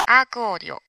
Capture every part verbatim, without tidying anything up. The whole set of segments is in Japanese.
アークオーディオ。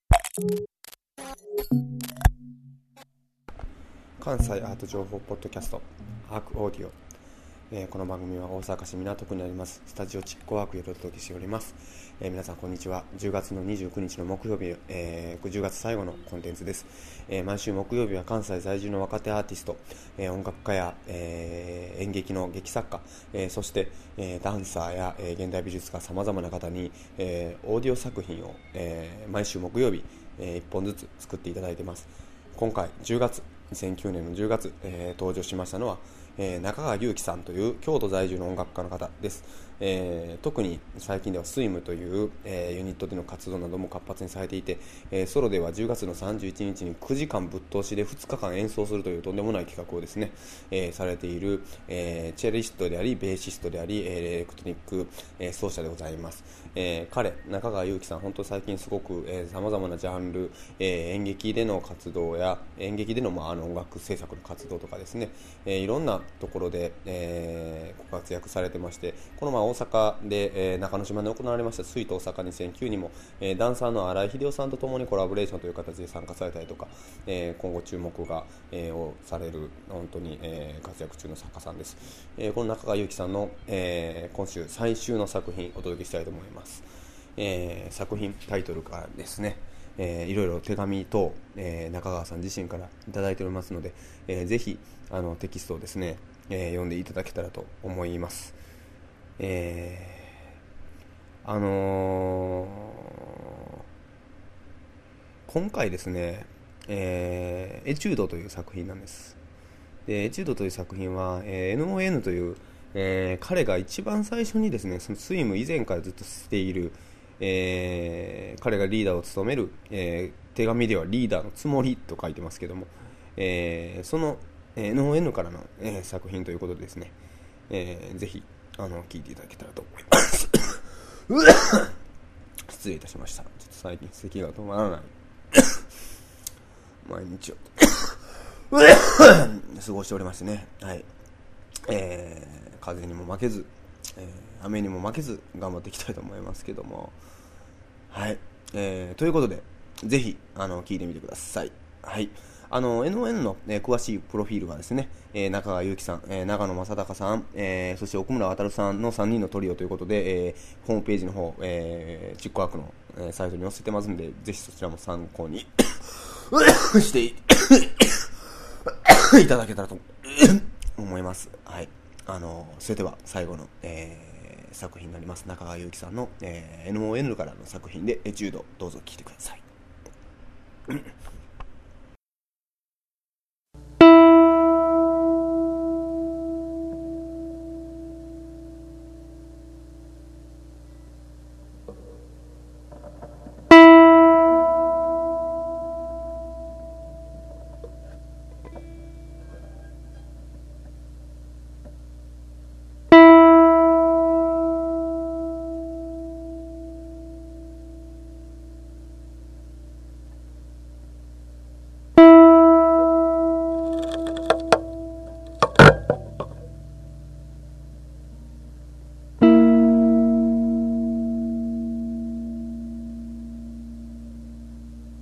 関西アート情報ポッドキャストアークオーディオ、えー、この番組は大阪市港区にありますスタジオチッコワークよりお届けしております。えー、皆さんこんにちは。じゅうがつのにじゅうくにちの木曜日、えー、じゅうがつ最後のコンテンツです。えー、毎週木曜日は関西在住の若手アーティスト、えー、音楽家や、えー、演劇の劇作家、えー、そして、えー、ダンサーや、えー、現代美術家さまざまな方に、えー、オーディオ作品を、えー、毎週木曜日、えー、いっぽんずつ作っていただいています。今回じゅうがつにせんきゅうねんのじゅうがつ、えー、登場しましたのは、えー、中川祐樹さんという京都在住の音楽家の方です。えー、特に最近ではスイムという、えー、ユニットでの活動なども活発にされていて、えー、ソロではじゅうがつのさんじゅういちにちにくじかんぶっ通しでふつかかん演奏するというとんでもない企画をですね、えー、されている、えー、チェリストでありベーシストであり、えー、エレクトニック、えー、奏者でございます。えー、彼中川祐樹さん、本当最近すごくさまざまなジャンル、えー、演劇での活動や演劇での、まあ、あの音楽制作の活動とかですね、えー、いろんなところで、えー、ご活躍されてまして、この前大阪で、えー、中之島で行われましたスイート大阪にせんきゅうにも、えー、ダンサーの新井秀夫さんとともにコラボレーションという形で参加されたりとか、えー、今後注目が、えー、をされる本当に、えー、活躍中の作家さんです。えー、この中川祐樹さんの、えー、今週最終の作品お届けしたいと思います。えー、作品タイトルからですね、えー、いろいろ手紙と、えー、中川さん自身からいただいておりますので、えー、ぜひあのテキストをですね、えー、読んでいただけたらと思います。えー、あのー、今回ですね、えー、エチュードという作品なんです。でエチュードという作品は、えー、エヌオーエヌ という、えー、彼が一番最初にですね、そのスイム以前からずっとしている、えー、彼がリーダーを務める、えー、手紙ではリーダーのつもりと書いてますけども、えー、その エヌオーエヌ からの、えー、作品ということでですね、えー、ぜひあの聞いていただけたらと思います失礼いたしました。ちょっと最近咳が止まらない毎日を過ごしておりましてね、はい、えー、風にも負けず、えー、雨にも負けず頑張っていきたいと思いますけども、はい、えー、ということでぜひあの聞いてみてください。はい、あの エヌオーエヌ の、えー、詳しいプロフィールはですね、えー、中川祐樹さん、えー、長野正隆さん、えー、そして奥村渉さんのさんにんのトリオということで、えー、ホームページの方、えー、チックワークの、えー、サイトに載せてますので、ぜひそちらも参考にしていただけたらと思います。はい、あのそれでは最後の、えー、作品になります中川祐樹さんの、えー、エヌオーエヌ からの作品でエチュード、どうぞ聴いてください。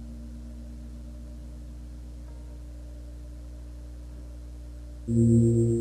うん